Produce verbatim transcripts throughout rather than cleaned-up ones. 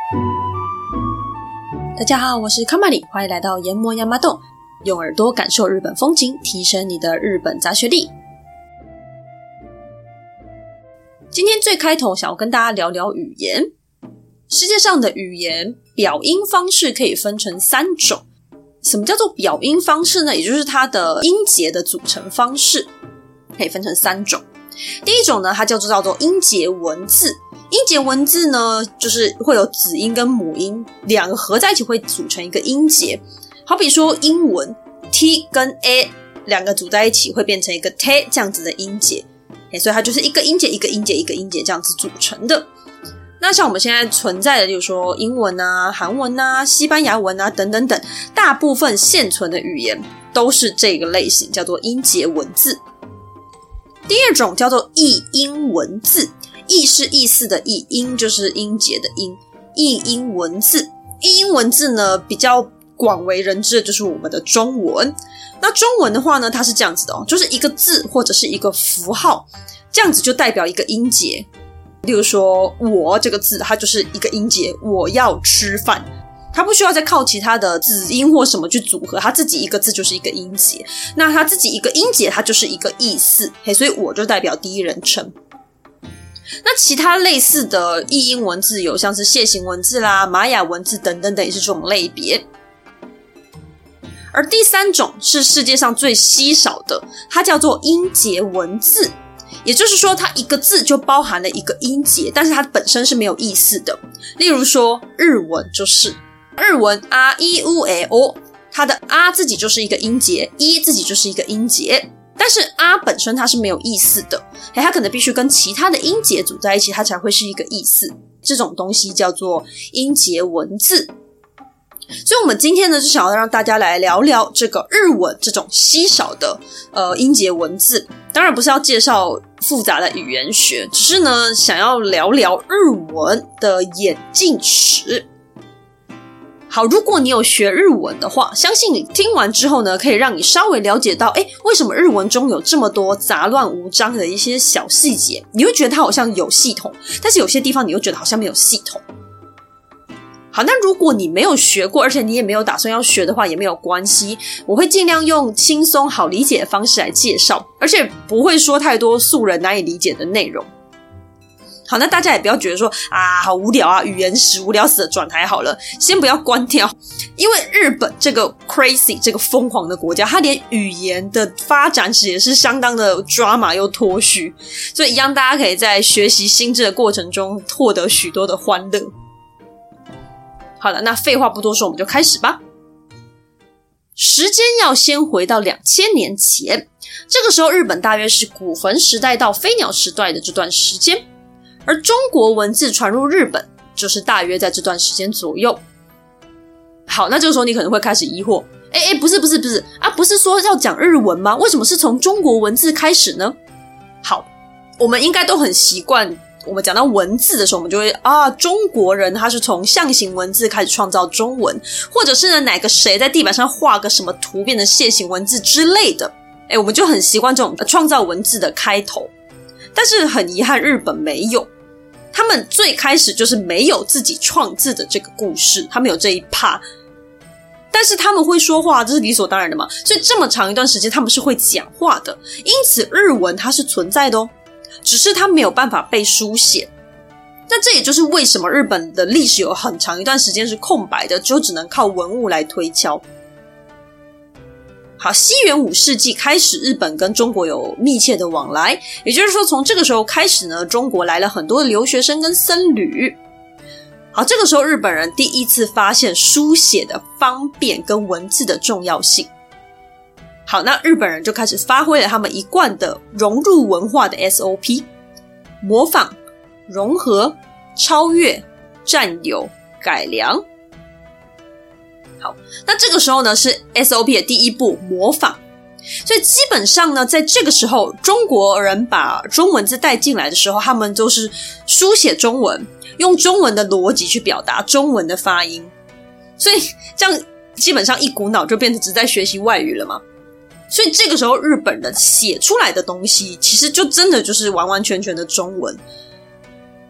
大家好，我是卡玛里，欢迎来到研磨亚麻豆，用耳朵感受日本风景，提升你的日本杂学力。今天最开头想要跟大家聊聊语言。世界上的语言表音方式可以分成三种。什么叫做表音方式呢？也就是它的音节的组成方式可以分成三种。第一种呢，它叫做叫做音节文字。音节文字呢，就是会有子音跟母音两个合在一起会组成一个音节。好比说英文 T 跟 A 两个组在一起会变成一个 T 这样子的音节，所以它就是一个音节一个音节一个音节这样子组成的。那像我们现在存在的，就是说英文啊、韩文啊、西班牙文啊等等等，大部分现存的语言都是这个类型，叫做音节文字。第二种叫做译音文字，译是意思的译，音就是音节的音，译音文字。译音文字呢，比较广为人知的就是我们的中文。那中文的话呢，它是这样子的哦，就是一个字或者是一个符号，这样子就代表一个音节。例如说我这个字，它就是一个音节，我要吃饭，它不需要再靠其他的子音或什么去组合，它自己一个字就是一个音节，那它自己一个音节它就是一个意思，所以我就代表第一人称。那其他类似的译音文字有像是楔形文字啦、玛雅文字等等等，也是这种类别。而第三种是世界上最稀少的，它叫做音节文字。也就是说，它一个字就包含了一个音节，但是它本身是没有意思的。例如说日文就是日文 R E U A O， 它的 R 自己就是一个音节， E 自己就是一个音节，但是 R 本身它是没有意思的，它可能必须跟其他的音节组在一起，它才会是一个意思。这种东西叫做音节文字。所以我们今天呢，就想要让大家来聊聊这个日文这种稀少的呃音节文字。当然不是要介绍复杂的语言学，只是呢想要聊聊日文的演进史。好，如果你有学日文的话，相信你听完之后呢，可以让你稍微了解到，诶，为什么日文中有这么多杂乱无章的一些小细节？你会觉得它好像有系统，但是有些地方你又觉得好像没有系统。好，那如果你没有学过，而且你也没有打算要学的话，也没有关系，我会尽量用轻松好理解的方式来介绍，而且不会说太多素人难以理解的内容。好，那大家也不要觉得说啊好无聊啊，语言史无聊死的，转台好了，先不要关掉。因为日本这个 crazy 这个疯狂的国家，它连语言的发展史也是相当的 drama 又脱序，所以一样大家可以在学习新知的过程中获得许多的欢乐。好了，那废话不多说，我们就开始吧。时间要先回到两千年前，这个时候日本大约是古坟时代到飞鸟时代的这段时间，而中国文字传入日本就是大约在这段时间左右。好，那这个时候你可能会开始疑惑，诶诶，不是不是不是啊，不是说要讲日文吗？为什么是从中国文字开始呢？好，我们应该都很习惯，我们讲到文字的时候，我们就会啊，中国人他是从象形文字开始创造中文，或者是呢哪个谁在地板上画个什么图变成楔形文字之类的，诶，我们就很习惯这种创造文字的开头。但是很遗憾，日本没有，他们最开始就是没有自己创字的这个故事，他们有这一趴，但是他们会说话，这是理所当然的嘛，所以这么长一段时间他们是会讲话的，因此日文它是存在的哦，只是它没有办法被书写。那这也就是为什么日本的历史有很长一段时间是空白的，就只能靠文物来推敲。好，西元五世纪开始，日本跟中国有密切的往来，也就是说从这个时候开始呢，中国来了很多的留学生跟僧侣。好，这个时候日本人第一次发现书写的方便跟文字的重要性。好，那日本人就开始发挥了他们一贯的融入文化的 S O P， 模仿、融合、超越、占有、改良。好，那这个时候呢是 S O P 的第一步，模仿。所以基本上呢，在这个时候，中国人把中文字带进来的时候，他们都是书写中文，用中文的逻辑去表达中文的发音。所以这样基本上一股脑就变成只在学习外语了嘛。所以这个时候日本人写出来的东西其实就真的就是完完全全的中文。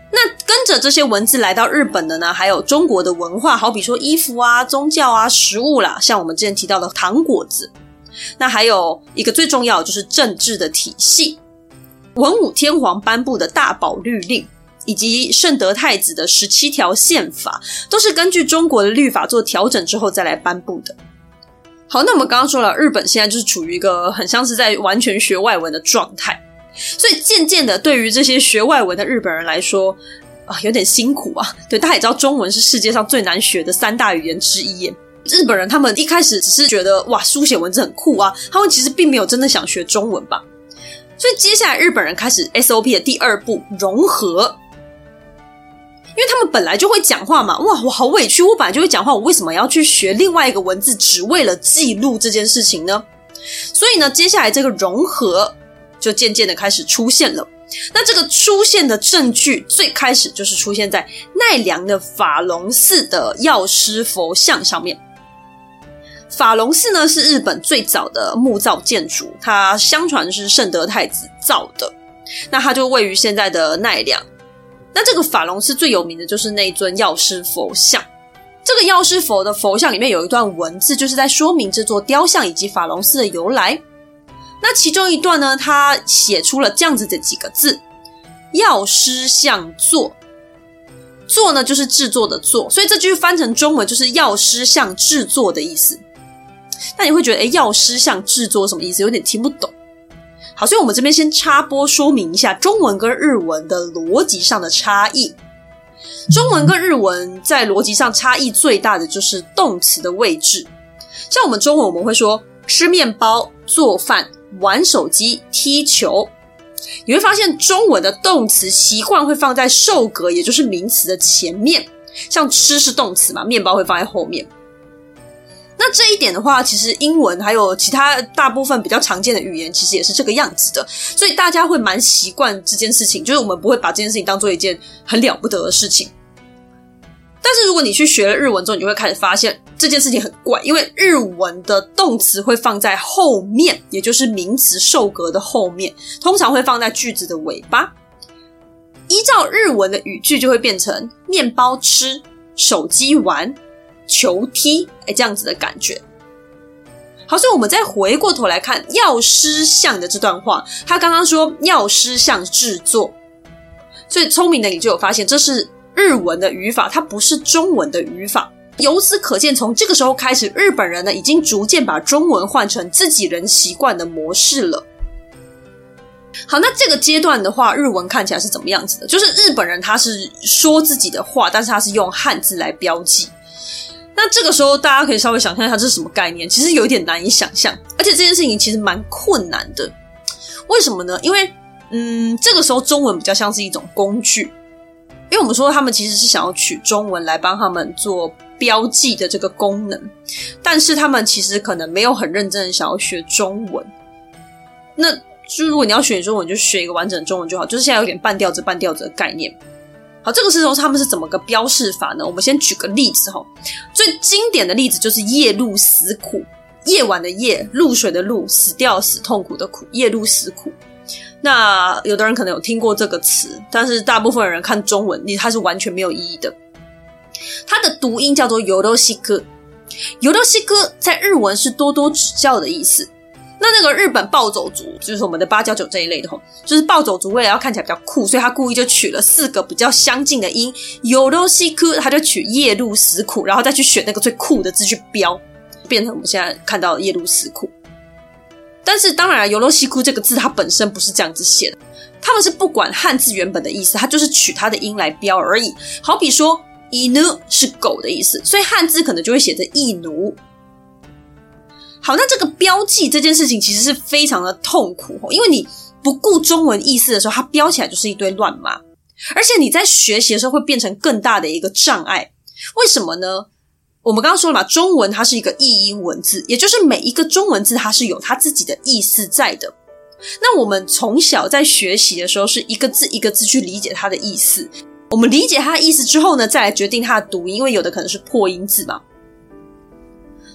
那跟着这些文字来到日本的呢，还有中国的文化，好比说衣服啊、宗教啊、食物啦，像我们之前提到的糖果子。那还有一个最重要的就是政治的体系，文武天皇颁布的大宝律令，以及圣德太子的十七条宪法，都是根据中国的律法做调整之后再来颁布的。好，那我们刚刚说了，日本现在就是处于一个很像是在完全学外文的状态，所以渐渐的对于这些学外文的日本人来说啊，有点辛苦啊。对，大家也知道中文是世界上最难学的三大语言之一耶。日本人他们一开始只是觉得哇，书写文字很酷啊，他们其实并没有真的想学中文吧。所以接下来日本人开始 S O P 的第二步融合，因为他们本来就会讲话嘛，哇，我好委屈，我本来就会讲话，我为什么要去学另外一个文字只为了记录这件事情呢？所以呢，接下来这个融合就渐渐的开始出现了。那这个出现的证据最开始就是出现在奈良的法隆寺的药师佛像上面。法隆寺呢是日本最早的木造建筑，它相传是圣德太子造的，那它就位于现在的奈良。那这个法隆寺最有名的就是那一尊药师佛像，这个药师佛的佛像里面有一段文字，就是在说明这座雕像以及法隆寺的由来。那其中一段呢，他写出了这样子的几个字：药师像作。作呢就是制作的作，所以这句翻成中文就是药师像制作的意思。那你会觉得诶，药师像制作什么意思？有点听不懂。好，所以我们这边先插播说明一下中文跟日文的逻辑上的差异。中文跟日文在逻辑上差异最大的就是动词的位置。像我们中文我们会说吃面包、做饭、玩手机、踢球，你会发现中文的动词习惯会放在受格，也就是名词的前面，像吃是动词嘛，面包会放在后面。那这一点的话，其实英文还有其他大部分比较常见的语言其实也是这个样子的，所以大家会蛮习惯这件事情，就是我们不会把这件事情当做一件很了不得的事情。但是如果你去学了日文之后，你就会开始发现这件事情很怪，因为日文的动词会放在后面，也就是名词受格的后面，通常会放在句子的尾巴。依照日文的语句就会变成面包吃、手机玩、球踢，诶这样子的感觉。好，所以我们再回过头来看药师像的这段话，他刚刚说药师像制作，所以聪明的你就有发现这是日文的语法，它不是中文的语法。由此可见，从这个时候开始，日本人呢已经逐渐把中文换成自己人习惯的模式了。好，那这个阶段的话，日文看起来是怎么样子的？就是日本人他是说自己的话，但是他是用汉字来标记。那这个时候大家可以稍微想象一下这是什么概念，其实有一点难以想象，而且这件事情其实蛮困难的。为什么呢？因为嗯，这个时候中文比较像是一种工具，因为我们说他们其实是想要取中文来帮他们做标记的这个功能，但是他们其实可能没有很认真的想要学中文。那就如果你要学中文，就学一个完整的中文就好，就是现在有点半调子半调子的概念。好，这个时候他们是怎么个标示法呢？我们先举个例子齁，最经典的例子就是夜露死苦，夜晚的夜，露水的露，死掉死痛苦的苦，夜露死苦。那有的人可能有听过这个词，但是大部分人看中文它是完全没有意义的。它的读音叫做よろしく，よろしく在日文是多多指教的意思。那那个日本暴走族，就是我们的八加九这一类的齁，就是暴走族为了要看起来比较酷，所以他故意就取了四个比较相近的音，よろしく他就取夜露死苦，然后再去选那个最酷的字去标，变成我们现在看到的夜露死苦。但是当然よろしく这个字它本身不是这样子写的，他们是不管汉字原本的意思，它就是取它的音来标而已。好比说犬是狗的意思，所以汉字可能就会写成一奴。好，那这个标记这件事情其实是非常的痛苦，因为你不顾中文意思的时候，它标起来就是一堆乱码，而且你在学习的时候会变成更大的一个障碍。为什么呢？我们刚刚说了嘛，中文它是一个译音文字，也就是每一个中文字它是有它自己的意思在的。那我们从小在学习的时候是一个字一个字去理解它的意思，我们理解它的意思之后呢，再来决定它的读音，因为有的可能是破音字嘛。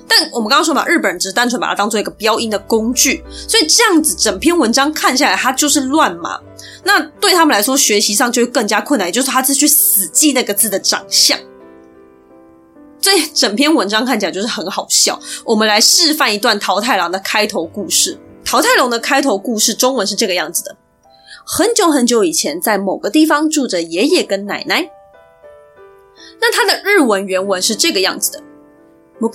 但我们刚刚说嘛，日本人只是单纯把它当做一个标音的工具，所以这样子整篇文章看下来它就是乱码，那对他们来说学习上就会更加困难，也就是他是去死记那个字的长相，所以整篇文章看起来就是很好笑。我们来示范一段桃太郎的开头故事。桃太郎的开头故事中文是这个样子的：很久很久以前，在某个地方住着爷爷跟奶奶。那它的日文原文是这个样子的：昔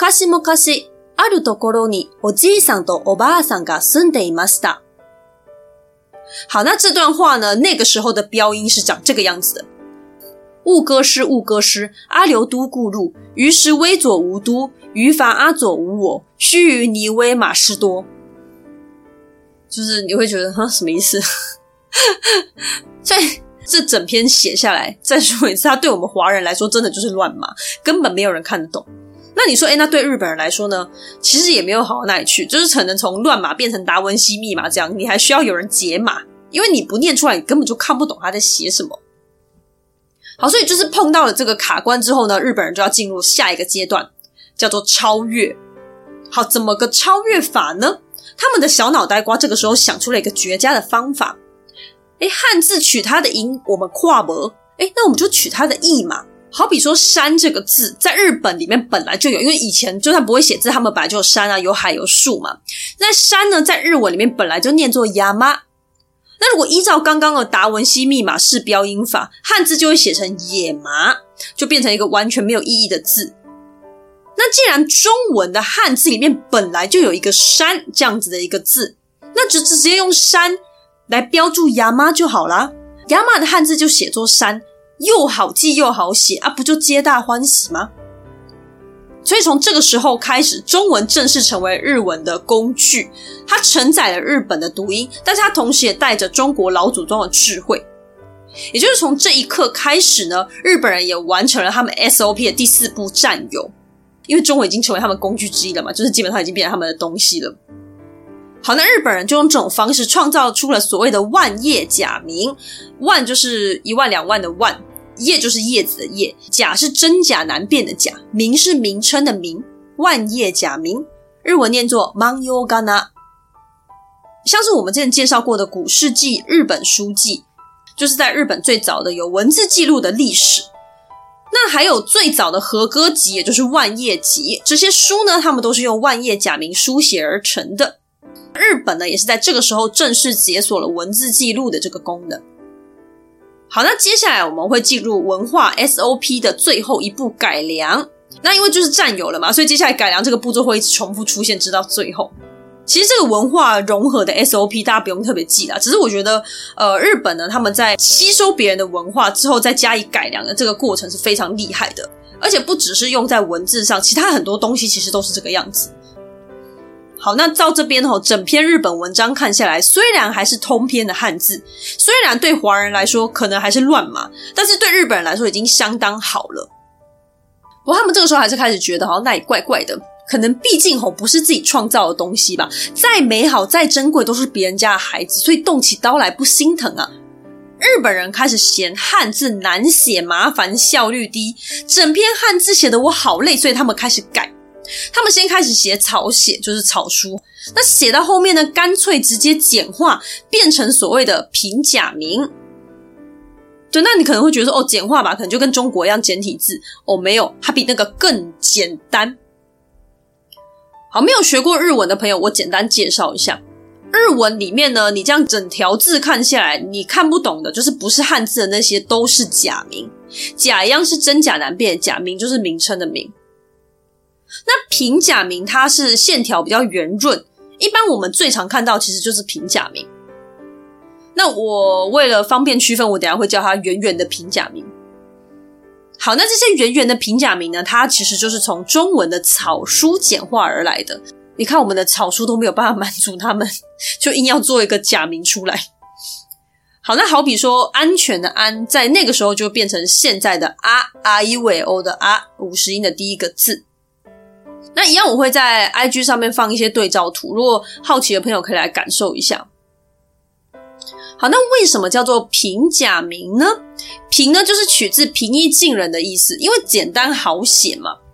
々あるところにおじいさんとおばあさんが住んでいました。好，那这段话呢，那个时候的标音是长这个样子的：吾歌师吾歌师，阿留都故入，于时微左无都，于伐阿左无我，须臾尼威马士多。就是你会觉得哈什么意思？所以这整篇写下来，再说一次，它对我们华人来说真的就是乱码，根本没有人看得懂。那你说诶那对日本人来说呢，其实也没有好到哪里去，就是可能从乱码变成达文西密码这样，你还需要有人解码，因为你不念出来你根本就看不懂他在写什么。好，所以就是碰到了这个卡关之后呢，日本人就要进入下一个阶段，叫做超越。好，怎么个超越法呢？他们的小脑袋瓜这个时候想出了一个绝佳的方法。诶汉字取它的音我们跨不，诶那我们就取它的义嘛。好比说山这个字在日本里面本来就有，因为以前就算不会写字，他们本来就有山啊，有海有树嘛。那山呢在日文里面本来就念作山。那如果依照刚刚的达文西密码式标音法，汉字就会写成野麻，就变成一个完全没有意义的字。那既然中文的汉字里面本来就有一个山这样子的一个字，那就直接用山来标注山就好啦。山的汉字就写作山，又好记又好写啊，不就皆大欢喜吗？所以从这个时候开始，中文正式成为日文的工具，它承载了日本的读音，但是它同时也带着中国老祖宗的智慧。也就是从这一刻开始呢，日本人也完成了他们 S O P 的第四步占有，因为中文已经成为他们工具之一了嘛，就是基本上已经变成他们的东西了。好，那日本人就用这种方式创造出了所谓的万叶假名。万就是一万两万的万，叶就是叶子的叶，假是真假难辨的假，名是名称的名，万叶假名，日文念作 Manyogana。 像是我们之前介绍过的古世纪日本书记，就是在日本最早的有文字记录的历史。那还有最早的和歌集，也就是万叶集，这些书呢，他们都是用万叶假名书写而成的。日本呢，也是在这个时候正式解锁了文字记录的这个功能。好，那接下来我们会进入文化 S O P 的最后一步改良。那因为就是占有了嘛，所以接下来改良这个步骤会一直重复出现直到最后。其实这个文化融合的 S O P 大家不用特别记啦，只是我觉得呃，日本呢他们在吸收别人的文化之后再加以改良的这个过程是非常厉害的，而且不只是用在文字上，其他很多东西其实都是这个样子。好，那到这边哦，整篇日本文章看下来，虽然还是通篇的汉字，虽然对华人来说可能还是乱码，但是对日本人来说已经相当好了。不过他们这个时候还是开始觉得好像那里怪怪的，可能毕竟吼不是自己创造的东西吧，再美好再珍贵都是别人家的孩子，所以动起刀来不心疼啊。日本人开始嫌汉字难写、麻烦、效率低，整篇汉字写得我好累，所以他们开始改。他们先开始写草写，就是草书，那写到后面呢，干脆直接简化，变成所谓的平假名。对，那你可能会觉得说，哦，简化吧，可能就跟中国一样简体字。哦，没有，它比那个更简单。好，没有学过日文的朋友，我简单介绍一下。日文里面呢，你这样整条字看下来，你看不懂的，就是不是汉字的那些都是假名。假一样是真假难辨的假，名就是名称的名。那平假名它是线条比较圆润，一般我们最常看到其实就是平假名。那我为了方便区分，我等一下会叫它圆圆的平假名。好，那这些圆圆的平假名呢，它其实就是从中文的草书简化而来的。你看我们的草书都没有办法满足他们，就硬要做一个假名出来。好，那好比说安全的安，在那个时候就变成现在的啊，啊一尾欧的啊，五十音的第一个字。那一样我会在 I G 上面放一些对照图，如果好奇的朋友可以来感受一下。好，那为什么叫做平假名呢？平呢就是取自平易近人的意思，因为简单好写嘛。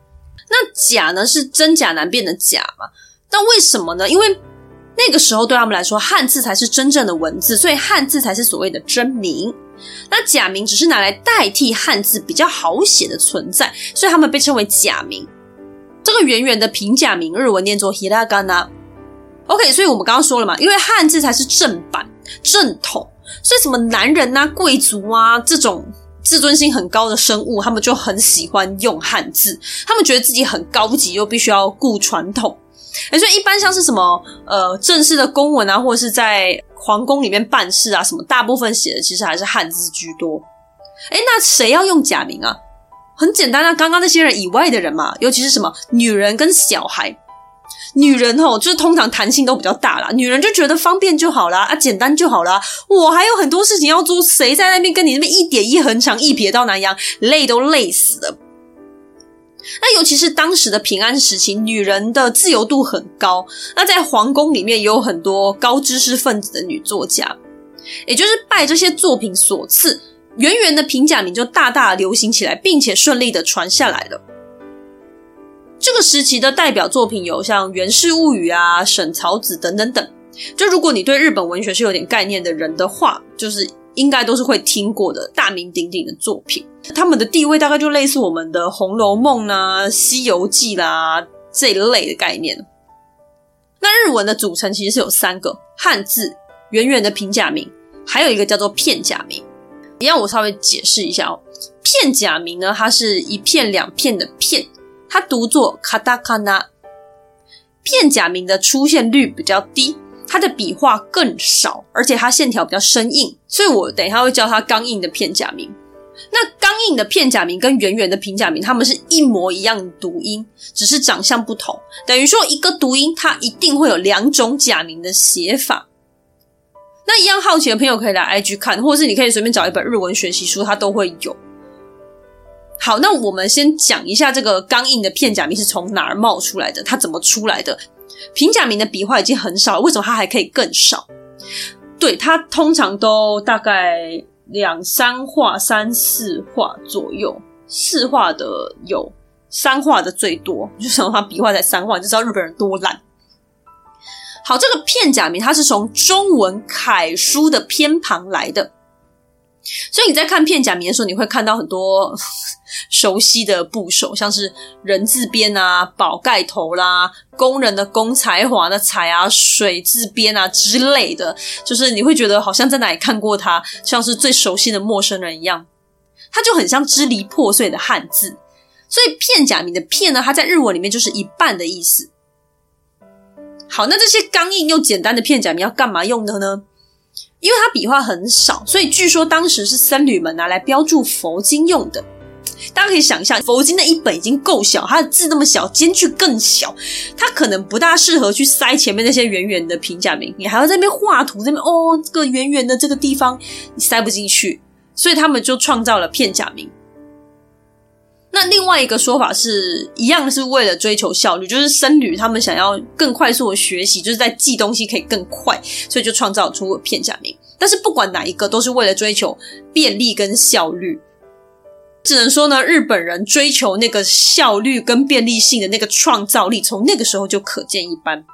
那甲呢是真假难辨的甲嘛？那为什么呢？因为那个时候对他们来说，汉字才是真正的文字，所以汉字才是所谓的真名。那假名只是拿来代替汉字比较好写的存在，所以他们被称为假名。这个圆圆的平假名日文念作 hiragana。OK， 所以我们刚刚说了嘛，因为汉字才是正版正统，所以什么男人啊、贵族啊这种自尊心很高的生物，他们就很喜欢用汉字，他们觉得自己很高级，又必须要顾传统。欸、所以一般像是什么呃正式的公文啊，或者是在皇宫里面办事啊，什么大部分写的其实还是汉字居多。诶，那谁要用假名啊？很简单啊，刚刚那些人以外的人嘛，尤其是什么女人跟小孩。女人齁就是通常弹性都比较大啦，女人就觉得方便就好啦，啊简单就好啦，我还有很多事情要做，谁在那边跟你那边一点一横长一撇到南洋，累都累死了。那尤其是当时的平安时期，女人的自由度很高，那在皇宫里面也有很多高知识分子的女作家，也就是拜这些作品所赐，圆圆的平假名就大大的流行起来，并且顺利的传下来了。这个时期的代表作品有像《源氏物语》啊、沈草子等等等，就如果你对日本文学是有点概念的人的话，就是应该都是会听过的大名鼎鼎的作品，他们的地位大概就类似我们的《红楼梦》啊、《西游记》啦这一类的概念。那日文的组成其实是有三个：汉字、圆圆的平假名，还有一个叫做片假名。一样我稍微解释一下哦。片假名呢，它是一片两片的片，它读作カタカナ。片假名的出现率比较低，它的笔画更少，而且它线条比较生硬，所以我等一下会教它刚硬的片假名。那刚硬的片假名跟圆圆的平假名，它们是一模一样的读音，只是长相不同，等于说一个读音它一定会有两种假名的写法。那一样好奇的朋友可以来 I G 看，或者是你可以随便找一本日文学习书，它都会有。好，那我们先讲一下这个刚硬的片假名是从哪儿冒出来的，它怎么出来的。平假名的笔画已经很少了，为什么它还可以更少？对，它通常都大概两三画、三四画左右，四画的有，三画的最多。就想它笔画才三画，你就知道日本人多懒。好，这个片假名它是从中文楷书的偏旁来的，所以你在看片假名的时候，你会看到很多熟悉的部首，像是人字边啊、宝盖头啦、工人的工、才华的才啊、水字边啊之类的，就是你会觉得好像在哪里看过它，像是最熟悉的陌生人一样。它就很像支离破碎的汉字，所以片假名的片呢，它在日文里面就是一半的意思。好，那这些刚硬又简单的片假名要干嘛用的呢？因为它笔画很少，所以据说当时是僧侣们拿来标注佛经用的。大家可以想一下，佛经的一本已经够小，它的字那么小，间距更小，它可能不大适合去塞前面那些圆圆的平假名，你还要在那边画图，在那边哦，这个圆圆的这个地方你塞不进去，所以他们就创造了片假名。那另外一个说法是一样是为了追求效率，就是僧侣他们想要更快速的学习，就是在记东西可以更快，所以就创造出片假名。但是不管哪一个都是为了追求便利跟效率，只能说呢，日本人追求那个效率跟便利性的那个创造力从那个时候就可见一斑。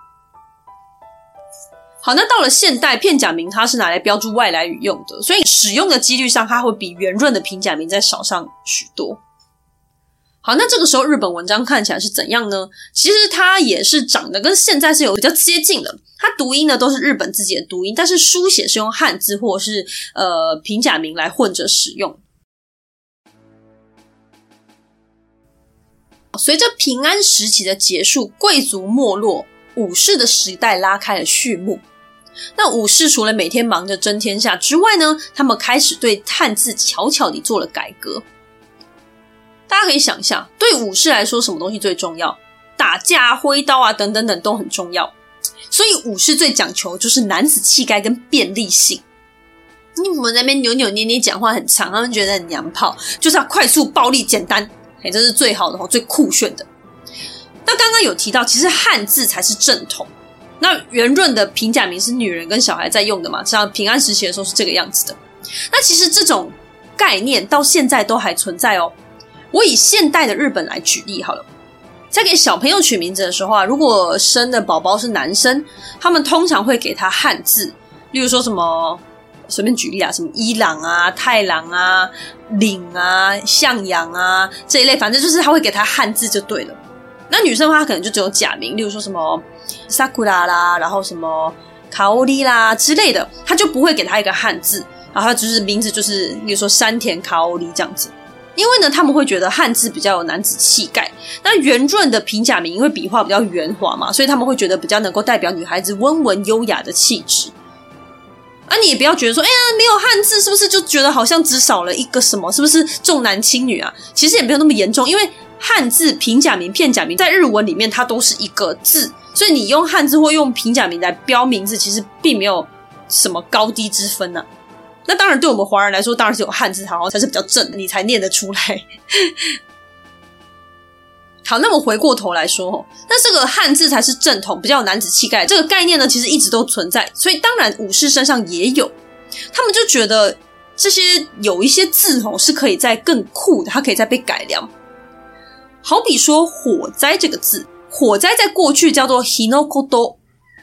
好，那到了现代，片假名它是拿来标注外来语用的，所以使用的几率上它会比圆润的平假名再少上许多。好，那这个时候日本文章看起来是怎样呢？其实它也是长得跟现在是有比较接近的，它读音呢都是日本自己的读音，但是书写是用汉字或者是呃平假名来混着使用。随着平安时期的结束，贵族没落，武士的时代拉开了序幕。那武士除了每天忙着争天下之外呢，他们开始对汉字悄悄地做了改革。大家可以想一下，对武士来说什么东西最重要？打架、挥刀啊等等等都很重要，所以武士最讲求就是男子气概跟便利性。你们那边扭扭捏捏讲话很长，他们觉得很娘炮，就是要快速、暴力、简单，嘿，这是最好的、最酷炫的。那刚刚有提到，其实汉字才是正统，那圆润的平假名是女人跟小孩在用的嘛，像平安时期的时候是这个样子的。那其实这种概念到现在都还存在哦。我以现代的日本来举例好了， 在给小朋友取名字的时候啊，如果生的宝宝是男生，他们通常会给他汉字，例如说什么随便举例啊，什么伊朗啊、太郎啊、岭啊、向阳啊这一类，反正就是他会给他汉字就对了。那女生的话，她可能就只有假名，例如说什么 Sakura 啦，然后什么 Kaori 啦之类的，他就不会给他一个汉字，然后他就是名字就是例如说山田 Kaori 这样子。因为呢，他们会觉得汉字比较有男子气概，那圆润的平假名因为笔画比较圆滑嘛，所以他们会觉得比较能够代表女孩子温文优雅的气质。啊，你也不要觉得说，哎呀，没有汉字是不是就觉得好像只少了一个什么，是不是重男轻女啊？其实也没有那么严重，因为汉字、平假名、片假名在日文里面它都是一个字，所以你用汉字或用平假名来标名字，其实并没有什么高低之分啊。那当然对我们华人来说，当然是有汉字好像才是比较正的，你才念得出来。好，那么回过头来说，那这个汉字才是正统比较有男子气概这个概念呢，其实一直都存在，所以当然武士身上也有。他们就觉得这些有一些字哦是可以再更酷的，它可以再被改良。好比说火灾这个字，火灾在过去叫做 hinokoto，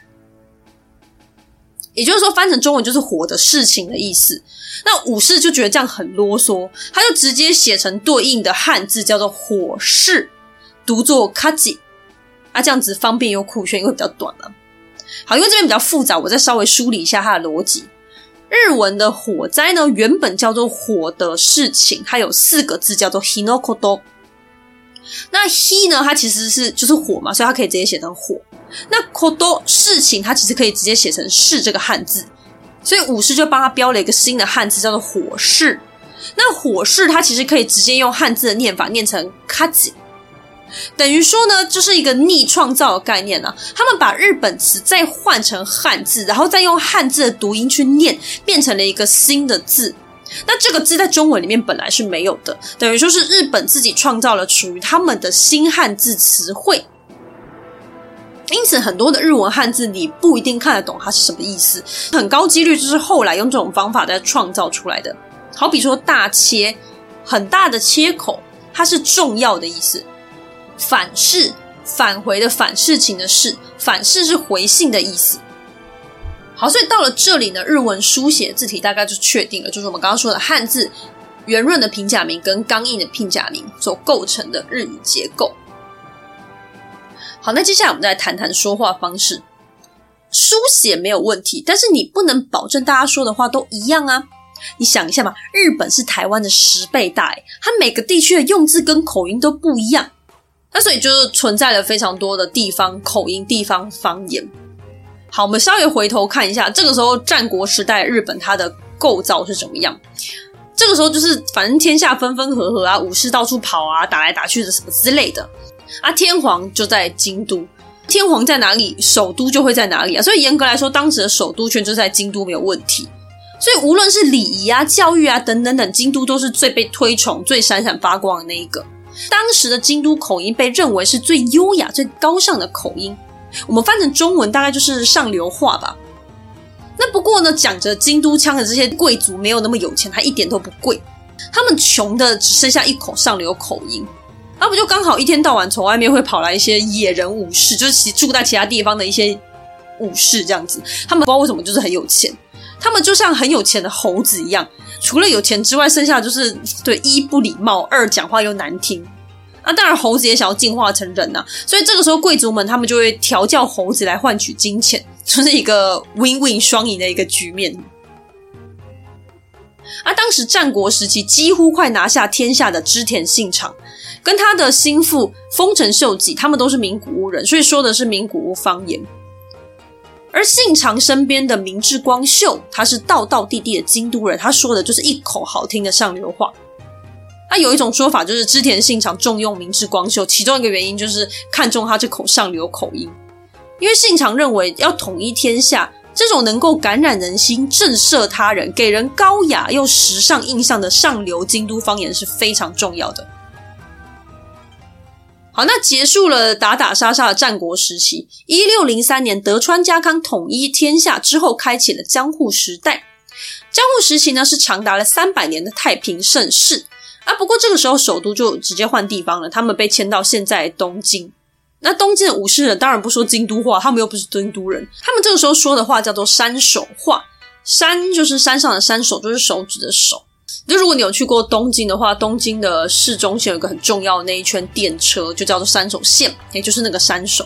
也就是说翻成中文就是火的事情的意思。那武士就觉得这样很啰嗦，他就直接写成对应的汉字叫做火势，读作 kaji， 啊，这样子方便又酷炫，因为比较短嘛。好，因为这边比较复杂，我再稍微梳理一下它的逻辑。日文的火灾呢，原本叫做火的事情，它有四个字叫做 hinokoto。那 hi 呢，它其实是就是火嘛，所以它可以直接写成火。那 koto 事情，它其实可以直接写成是这个汉字，所以武士就帮他标了一个新的汉字叫做火势。那火势它其实可以直接用汉字的念法念成 kaji， 等于说呢，就是一个逆创造的概念啊。他们把日本词再换成汉字，然后再用汉字的读音去念，变成了一个新的字。那这个字在中文里面本来是没有的，等于说是日本自己创造了属于他们的新汉字词汇。因此很多的日文汉字你不一定看得懂它是什么意思，很高几率就是后来用这种方法再创造出来的。好比说大切，很大的切口，它是重要的意思。反噬，返回的反事情的事，反噬是回信的意思。好，所以到了这里呢，日文书写字体大概就确定了，就是我们刚刚说的汉字圆润的平假名跟刚硬的片假名所构成的日语结构。好，那接下来我们再来谈谈说话方式。书写没有问题，但是你不能保证大家说的话都一样啊。你想一下嘛，日本是台湾的十倍大耶，它每个地区的用字跟口音都不一样，那所以就存在了非常多的地方口音、地方方言。好，我们稍微回头看一下，这个时候战国时代日本它的构造是怎么样。这个时候就是反正天下分分合合啊，武士到处跑啊，打来打去的什么之类的啊。天皇就在京都，天皇在哪里，首都就会在哪里啊。所以严格来说，当时的首都圈就在京都没有问题。所以无论是礼仪啊、教育啊等等等，京都都是最被推崇、最闪闪发光的那一个。当时的京都口音被认为是最优雅、最高尚的口音。我们翻成中文大概就是上流话吧。那不过呢，讲着京都腔的这些贵族没有那么有钱，他一点都不贵，他们穷的只剩下一口上流口音。那不就刚好一天到晚从外面会跑来一些野人武士，就是住在其他地方的一些武士这样子，他们不知道为什么就是很有钱，他们就像很有钱的猴子一样，除了有钱之外，剩下就是对一不礼貌，二讲话又难听。那、啊、当然猴子也想要进化成人啊，所以这个时候贵族们他们就会调教猴子来换取金钱，就是一个 win-win 双赢的一个局面。啊，当时战国时期几乎快拿下天下的织田信长跟他的心腹丰臣秀吉，他们都是名古屋人，所以说的是名古屋方言。而信长身边的明智光秀，他是道道地地的京都人，他说的就是一口好听的上流话。那有一种说法就是织田信长重用明智光秀，其中一个原因就是看中他这口上流口音，因为信长认为要统一天下，这种能够感染人心、震慑他人、给人高雅又时尚印象的上流京都方言是非常重要的。好，那结束了打打杀杀的战国时期，一六零三年德川家康统一天下之后，开启了江户时代。江户时期呢，是长达了三百年的太平盛世啊。不过这个时候首都就直接换地方了，他们被迁到现在的东京。 那东京的武士人当然不说京都话，他们又不是京都人，他们这个时候说的话叫做山手话。山就是山上的山，手就是手指的手。就如果你有去过东京的话，东京的市中心有一个很重要的那一圈电车，就叫做山手线，也就是那个山手。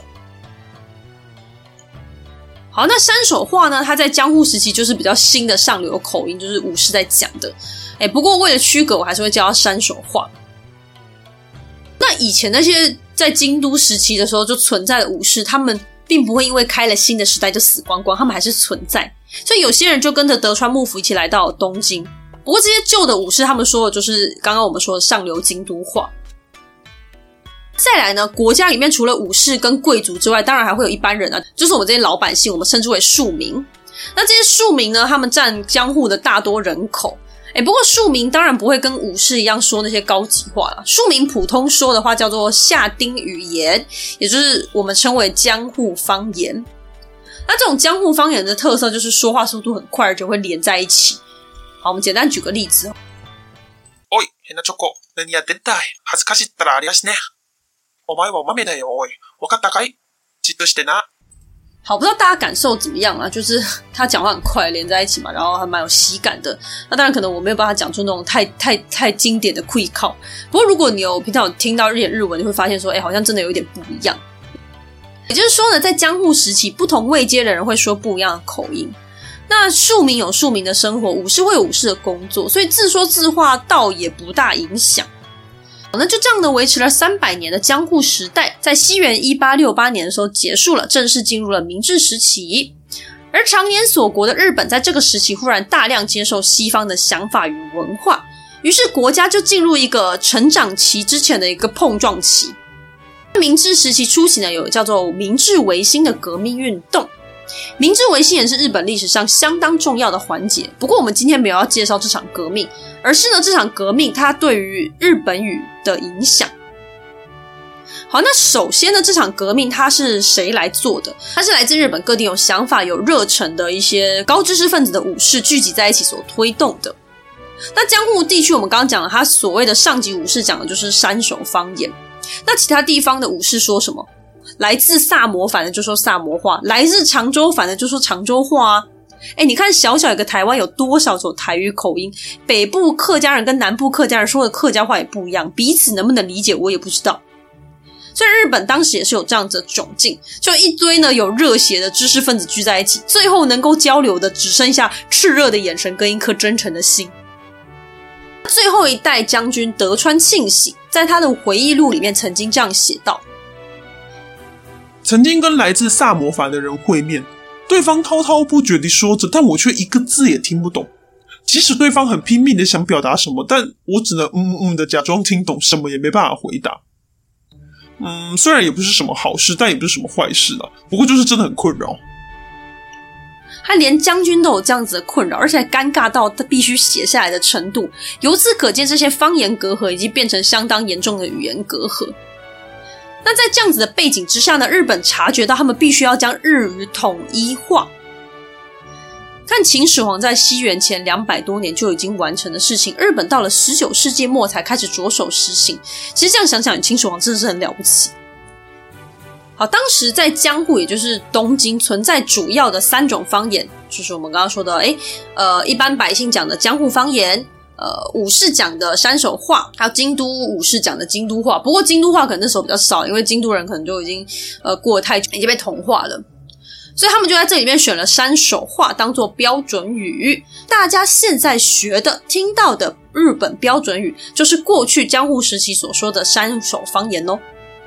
好，那山手话呢，它在江户时期就是比较新的上流口音，就是武士在讲的。诶，不过为了区隔，我还是会叫它山手话。那以前那些在京都时期的时候就存在的武士，他们并不会因为开了新的时代就死光光，他们还是存在。所以有些人就跟着德川幕府一起来到了东京。不过这些旧的武士他们说的就是刚刚我们说的上流京都话。再来呢，国家里面除了武士跟贵族之外，当然还会有一般人啊，就是我们这些老百姓，我们称之为庶民。那这些庶民呢，他们占江户的大多人口。诶，不过庶民当然不会跟武士一样说那些高级话啦，庶民普通说的话叫做下町语言，也就是我们称为江户方言。那这种江户方言的特色就是说话速度很快，而且会连在一起。好，我们简单举个例子。 おい、変なチョコ、何やってんだい。恥ずかしいったらありやしね。お前はお豆だよ、おい。わかったかい？じっとしてな。 好，不知道大家感受怎么样啊？就是他讲话很快，连在一起嘛，然后还蛮有喜感的。那当然，可能我没有办法讲出那种太太太经典的会靠。不过，如果你有平常有听到日言日文，你会发现说，哎，好像真的有一点不一样。也就是说呢，在江户时期，不同位阶的人会说不一样的口音。那庶民有庶民的生活，武士会有武士的工作，所以自说自话倒也不大影响。那就这样呢，维持了三百年的江户时代，在西元一八六八年的时候结束了，正式进入了明治时期。而常年锁国的日本，在这个时期忽然大量接受西方的想法与文化，于是国家就进入一个成长期之前的一个碰撞期。明治时期初期呢，有叫做明治维新的革命运动。明治维新也是日本历史上相当重要的环节，不过我们今天没有要介绍这场革命，而是呢这场革命它对于日本语的影响。好，那首先呢这场革命它是谁来做的？它是来自日本各地有想法有热忱的一些高知识分子的武士聚集在一起所推动的。那江户地区我们刚刚讲了，它所谓的上级武士讲的就是山手方言。那其他地方的武士说什么？来自萨摩反正就说萨摩话，来自常州反正就说常州话啊。诶，你看小小一个台湾有多少种台语口音，北部客家人跟南部客家人说的客家话也不一样，彼此能不能理解我也不知道。所以日本当时也是有这样子的窘境，就一堆呢有热血的知识分子聚在一起，最后能够交流的只剩下炽热的眼神跟一颗真诚的心。最后一代将军德川庆喜在他的回忆录里面曾经这样写道： 曾经跟来自萨摩藩的人会面，对方滔滔不绝地说着，但我却一个字也听不懂。即使对方很拼命的想表达什么，但我只能嗯嗯的假装听懂，什么也没办法回答。嗯，虽然也不是什么好事，但也不是什么坏事啦，不过就是真的很困扰。 他连将军都有这样子的困扰，而且还尴尬到他必须写下来的程度，由此可见这些方言隔阂已经变成相当严重的语言隔阂。那在这样子的背景之下呢，日本察觉到他们必须要将日语统一化。看秦始皇在西元前两百多年就已经完成的事情，日本到了十九世纪末才开始着手实行。其实这样想想，秦始皇真的是很了不起。好，当时在江户也就是东京存在主要的三种方言，就是我们刚刚说的诶呃，一般百姓讲的江户方言，呃，武士讲的山手话，还有京都武士讲的京都话。不过京都话可能那时候比较少，因为京都人可能就已经呃过得太久，已经被同化了，所以他们就在这里面选了山手话当做标准语。大家现在学的听到的日本标准语，就是过去江户时期所说的山手方言哦。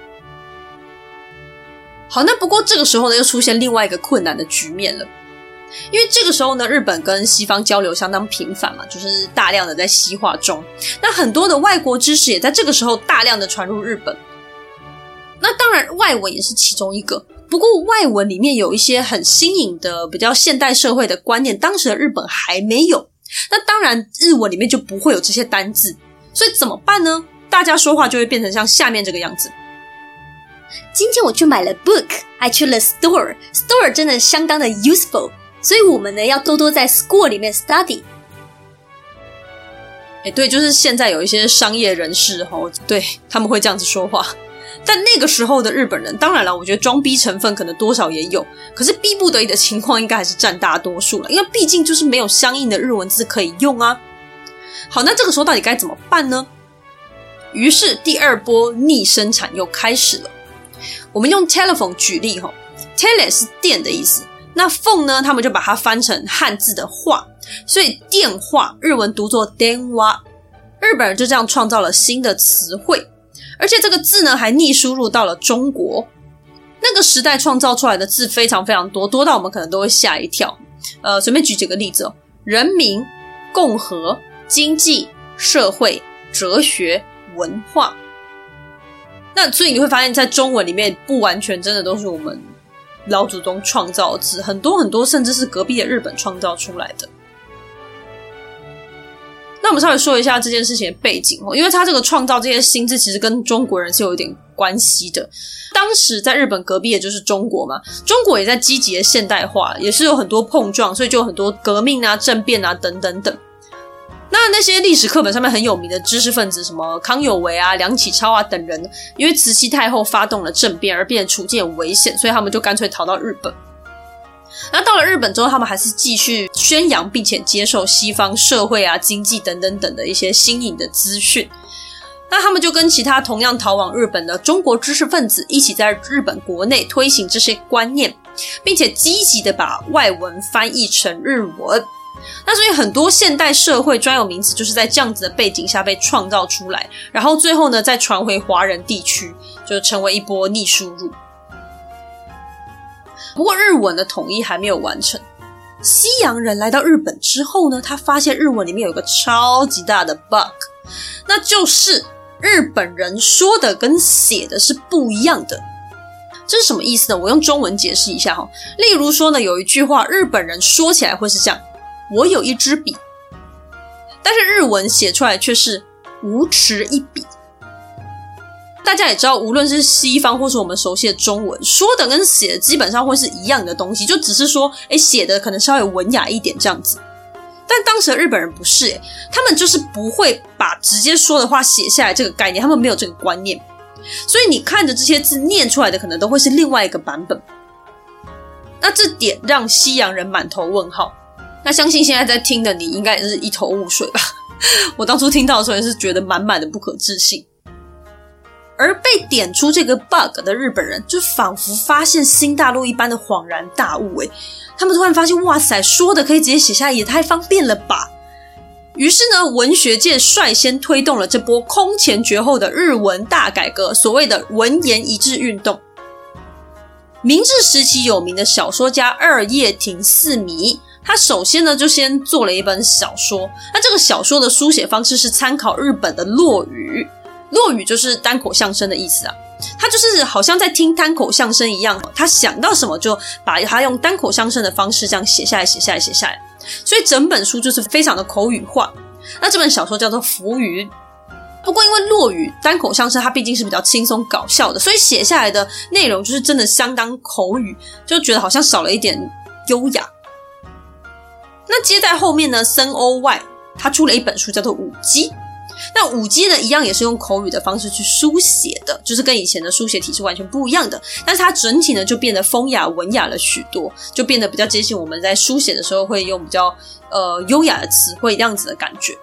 好，那不过这个时候呢，又出现另外一个困难的局面了。因为这个时候呢，日本跟西方交流相当频繁嘛，就是大量的在西化中。那很多的外国知识也在这个时候大量的传入日本。那当然外文也是其中一个，不过外文里面有一些很新颖的比较现代社会的观念，当时的日本还没有。那当然日文里面就不会有这些单字，所以怎么办呢？大家说话就会变成像下面这个样子。 今天我去买了 book， 还去了 store， store 真的相当的 useful， 所以我们呢要多多在 school 里面 study。 诶，对，就是现在有一些商业人士齁，对，他们会这样子说话。 但那个时候的日本人，当然了，我觉得装逼成分可能多少也有，可是逼不得已的情况应该还是占大多数了，因为毕竟就是没有相应的日文字可以用啊。好，那这个时候到底该怎么办呢？于是第二波逆生产又开始了。我们用 telephone 举例齁 tele 是电的意思，那 phone 呢，他们就把它翻成汉字的话，所以电话日文读作電話，日本人就这样创造了新的词汇，而且这个字呢还逆输入到了中国。那个时代创造出来的字非常非常多，多到我们可能都会吓一跳。呃，随便举几个例子哦，人民、共和、经济、社会、哲学、文化。那所以你会发现在中文里面不完全真的都是我们老祖宗创造的字，很多很多甚至是隔壁的日本创造出来的。那我们稍微说一下这件事情的背景，因为他这个创造这些新字其实跟中国人是有一点关系的。当时在日本隔壁也就是中国嘛，中国也在积极的现代化，也是有很多碰撞，所以就有很多革命啊、政变啊等等等。那那些历史课本上面很有名的知识分子，什么康有为啊、梁启超啊等人，因为慈禧太后发动了政变而变得处境很危险，所以他们就干脆逃到日本。那到了日本之后，他们还是继续宣扬并且接受西方社会啊、经济等等等的一些新颖的资讯。那他们就跟其他同样逃往日本的中国知识分子一起在日本国内推行这些观念，并且积极的把外文翻译成日文。那所以很多现代社会专有名词就是在这样子的背景下被创造出来，然后最后呢再传回华人地区，就成为一波逆输入。不过日文的统一还没有完成，西洋人来到日本之后呢，他发现日文里面有个超级大的 bug， 那就是日本人说的跟写的是不一样的。这是什么意思呢？我用中文解释一下齁。例如说呢，有一句话日本人说起来会是这样，我有一支笔，但是日文写出来却是无持一笔。大家也知道，无论是西方或是我们熟悉的中文，说的跟写的基本上会是一样的东西，就只是说诶写的可能稍微文雅一点这样子。但当时的日本人不是诶，他们就是不会把直接说的话写下来这个概念，他们没有这个观念，所以你看着这些字念出来的可能都会是另外一个版本。那这点让西洋人满头问号。那相信现在在听的你应该也是一头雾水吧。我当初听到的时候也是觉得满满的不可置信。而被点出这个 bug 的日本人就仿佛发现新大陆一般的恍然大悟，诶他们突然发现，哇塞，说的可以直接写下来，也太方便了吧。于是呢，文学界率先推动了这波空前绝后的日文大改革，所谓的文言一致运动。明治时期有名的小说家二叶亭四迷，他首先呢就先做了一本小说，那这个小说的书写方式是参考日本的落语，落语就是单口相声的意思啊，他就是好像在听单口相声一样，他想到什么就把他用单口相声的方式这样写下来写下来写下来，所以整本书就是非常的口语化。那这本小说叫做浮云。不过因为落语单口相声它毕竟是比较轻松搞笑的，所以写下来的内容就是真的相当口语，就觉得好像少了一点优雅。那接在后面呢，森欧外他出了一本书叫做舞姬，那舞姬呢一样也是用口语的方式去书写的，就是跟以前的书写体是完全不一样的，但是它整体呢就变得风雅文雅了许多，就变得比较接近我们在书写的时候会用比较呃优雅的词汇这样子的感觉。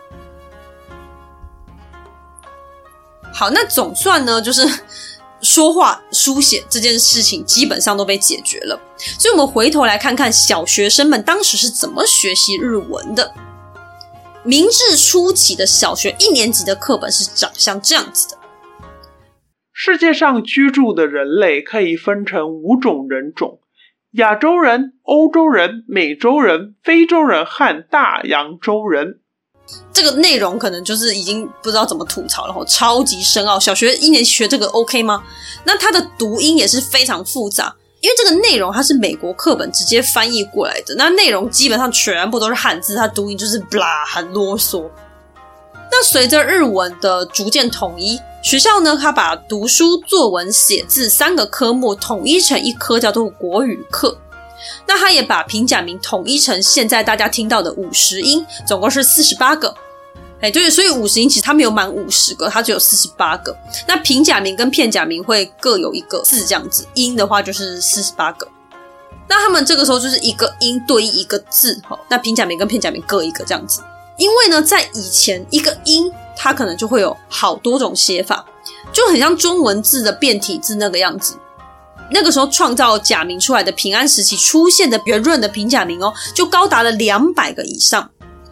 好，那总算呢就是说话书写这件事情基本上都被解决了，所以我们回头来看看小学生们当时是怎么学习日文的。明治初期的小学一年级的课本是长像这样子的。 世界上居住的人类可以分成五种人种：亚洲人、欧洲人、美洲人、非洲人和大洋洲人。 这个内容可能就是已经不知道怎么吐槽了，超级深奥，小学一年级学这个 OK 吗？那它的读音也是非常复杂，因为这个内容它是美国课本直接翻译过来的，那内容基本上全部都是汉字，它读音就是 blah 很啰嗦。那随着日文的逐渐统一，学校呢它把读书、作文、写字三个科目统一成一科，叫做国语课。那他也把平假名统一成现在大家听到的五十音，总共是四十八个。 哎，对，所以五十音其实它没有满五十个，它只有四十八个。那平假名跟片假名会各有一个字这样子，音的话就是四十八个。那他们这个时候就是一个音对应一个字，那平假名跟片假名各一个这样子。因为呢，在以前一个音它可能就会有好多种写法，就很像中文字的变体字那个样子。那个时候创造假名出来的平安时期出现的圆润的平假名哦，就高达了两百个以上。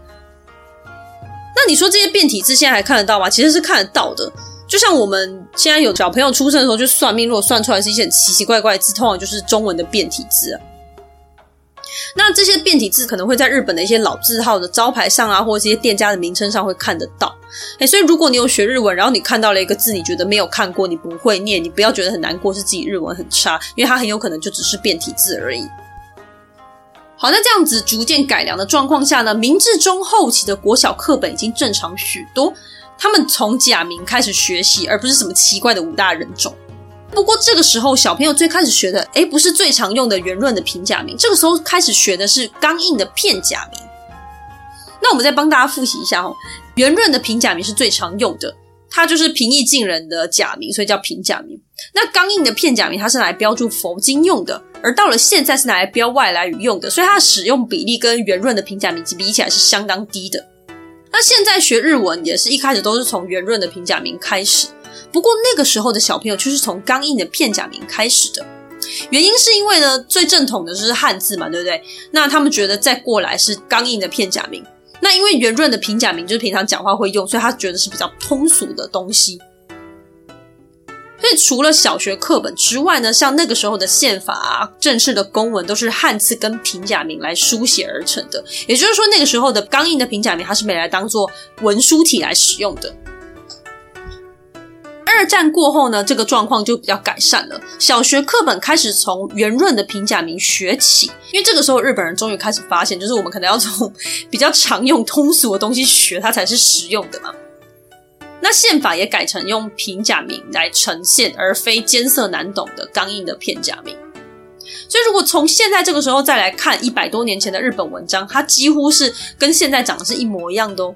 那你说这些变体字现在还看得到吗？其实是看得到的。就像我们现在有小朋友出生的时候去算命，如果算出来是一些很奇奇怪怪的字，通常就是中文的变体字啊。那这些变体字可能会在日本的一些老字号的招牌上啊，或者这些店家的名称上会看得到。欸，所以如果你有学日文，然后你看到了一个字，你觉得没有看过，你不会念，你不要觉得很难过，是自己日文很差，因为它很有可能就只是变体字而已。好，那这样子逐渐改良的状况下呢，明治中后期的国小课本已经正常许多，他们从假名开始学习，而不是什么奇怪的五大人种。不过这个时候小朋友最开始学的诶不是最常用的圆润的平假名，这个时候开始学的是刚硬的片假名。那我们再帮大家复习一下哦，圆润的平假名是最常用的，它就是平易近人的假名，所以叫平假名。那刚硬的片假名它是拿来标注佛经用的，而到了现在是拿来标外来语用的，所以它的使用比例跟圆润的平假名比起来是相当低的。那现在学日文也是一开始都是从圆润的平假名开始，不过那个时候的小朋友却是从刚硬的片假名开始的。原因是因为呢，最正统的就是汉字嘛，对不对？那他们觉得再过来是刚硬的片假名。那因为圆润的平假名就是平常讲话会用，所以他觉得是比较通俗的东西。所以除了小学课本之外呢，像那个时候的宪法啊、正式的公文都是汉字跟平假名来书写而成的。也就是说那个时候的刚硬的平假名它是没来当做文书体来使用的。二战过后呢，这个状况就比较改善了。小学课本开始从圆润的平假名学起，因为这个时候日本人终于开始发现，就是我们可能要从比较常用通俗的东西学，它才是实用的嘛。那宪法也改成用平假名来呈现，而非艰涩难懂的刚硬的片假名。所以如果从现在这个时候再来看一百多年前的日本文章，它几乎是跟现在长得是一模一样的哦。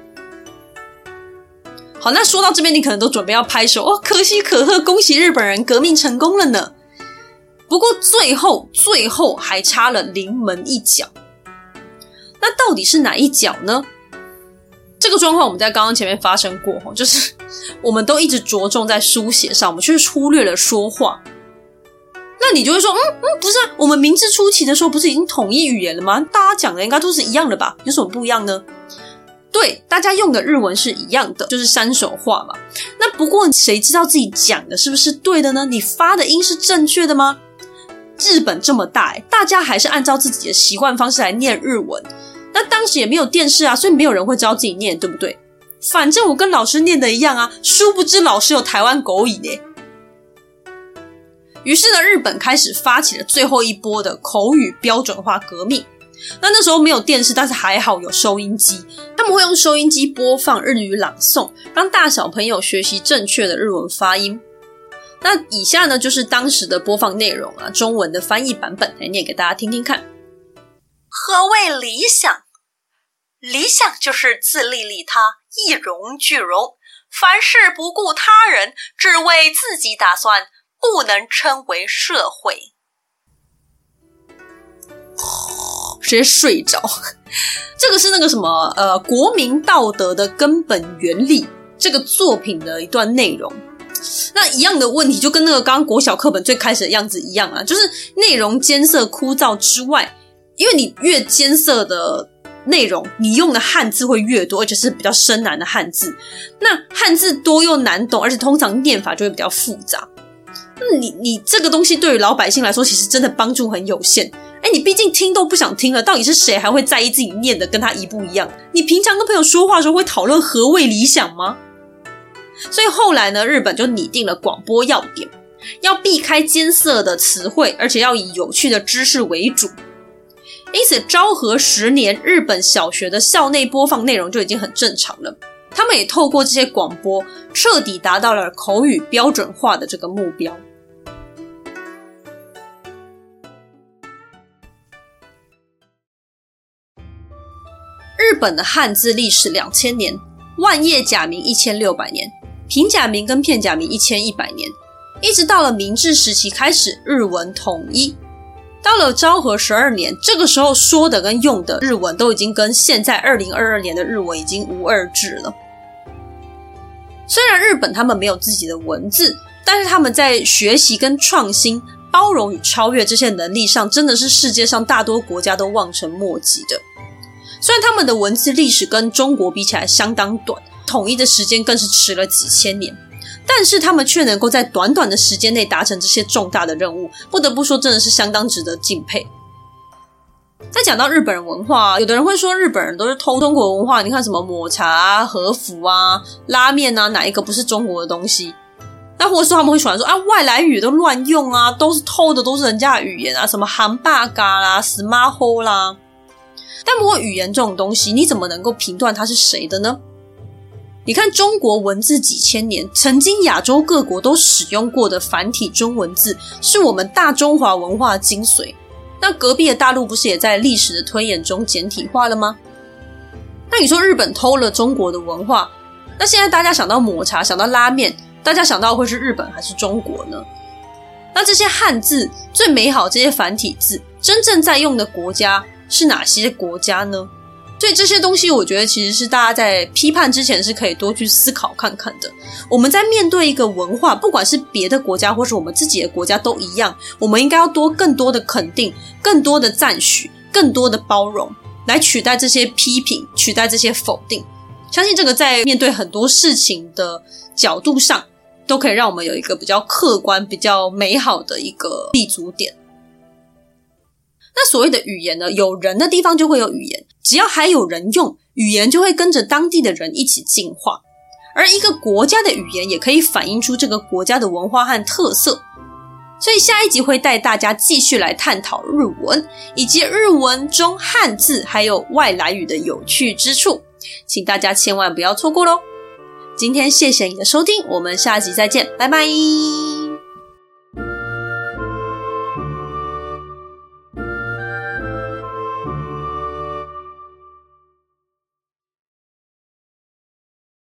好，那说到这边你可能都准备要拍手哦，可喜可贺，恭喜日本人革命成功了呢。不过最后最后还差了临门一脚。那到底是哪一脚呢？这个状况我们在刚刚前面发生过，就是我们都一直着重在书写上，我们却忽略了说话。那你就会说嗯嗯，不是啊，我们明治初期的时候不是已经统一语言了吗？大家讲的应该都是一样的吧，有什么不一样呢？对，大家用的日文是一样的，就是山手话嘛。那不过谁知道自己讲的是不是对的呢？你发的音是正确的吗？日本这么大欸，大家还是按照自己的习惯方式来念日文。那当时也没有电视啊，所以没有人会知道自己念，对不对？反正我跟老师念的一样啊，殊不知老师有台湾狗瘾欸。于是呢，日本开始发起了最后一波的口语标准化革命。那那时候没有电视，但是还好有收音机，他们会用收音机播放日语朗诵，让大小朋友学习正确的日文发音。那以下呢就是当时的播放内容啊，中文的翻译版本来念给大家听听看。 何谓理想？理想就是自利利他，一荣俱荣，凡事不顾他人，只为自己打算，不能称为社会。 直接睡着。这个是那个什么呃，国民道德的根本原理这个作品的一段内容。那一样的问题就跟那个刚刚国小课本最开始的样子一样啊，就是内容艰涩枯燥之外，因为你越艰涩的内容，你用的汉字会越多，而且是比较深难的汉字。那汉字多又难懂，而且通常念法就会比较复杂。那你你这个东西对于老百姓来说，其实真的帮助很有限。哎，你毕竟听都不想听了，到底是谁还会在意自己念的跟他一不一样？你平常跟朋友说话的时候会讨论何谓理想吗？所以后来呢，日本就拟定了广播要点，要避开艰涩的词汇，而且要以有趣的知识为主。因此昭和十年，日本小学的校内播放内容就已经很正常了。他们也透过这些广播，彻底达到了口语标准化的这个目标。日本的汉字历史两千年， 万叶假名一千六百年，平假名跟片假名一千一百年，一直到了明治时期开始日文统一。到了昭和十二年，这个时候说的跟用的日文都已经跟现在二零二二年的日文已经无二致了。虽然日本他们没有自己的文字，但是他们在学习跟创新、包容与超越这些能力上，真的是世界上大多国家都望尘莫及的。虽然他们的文字历史跟中国比起来相当短，统一的时间更是迟了几千年，但是他们却能够在短短的时间内达成这些重大的任务，不得不说真的是相当值得敬佩。在讲到日本人文化，有的人会说日本人都是偷中国文化，你看什么抹茶啊、和服啊、拉面啊，哪一个不是中国的东西？那或者说他们会喜欢说啊，外来语都乱用啊，都是偷的，都是人家的语言啊，什么韩巴嘎啦、smart ho 啦。但不过语言这种东西，你怎么能够评断它是谁的呢？你看中国文字几千年，曾经亚洲各国都使用过的繁体中文字，是我们大中华文化的精髓。那隔壁的大陆不是也在历史的推演中简体化了吗？那你说日本偷了中国的文化，那现在大家想到抹茶，想到拉面，大家想到会是日本还是中国呢？那这些汉字最美好这些繁体字，真正在用的国家是哪些国家呢？所以这些东西我觉得其实是大家在批判之前是可以多去思考看看的。我们在面对一个文化，不管是别的国家或是我们自己的国家都一样，我们应该要多更多的肯定，更多的赞许，更多的包容，来取代这些批评，取代这些否定。相信这个在面对很多事情的角度上，都可以让我们有一个比较客观、比较美好的一个立足点。那所谓的语言呢，有人的地方就会有语言，只要还有人用，语言就会跟着当地的人一起进化。而一个国家的语言也可以反映出这个国家的文化和特色。所以下一集会带大家继续来探讨日文，以及日文中汉字还有外来语的有趣之处，请大家千万不要错过咯。今天谢谢你的收听，我们下集再见，拜拜。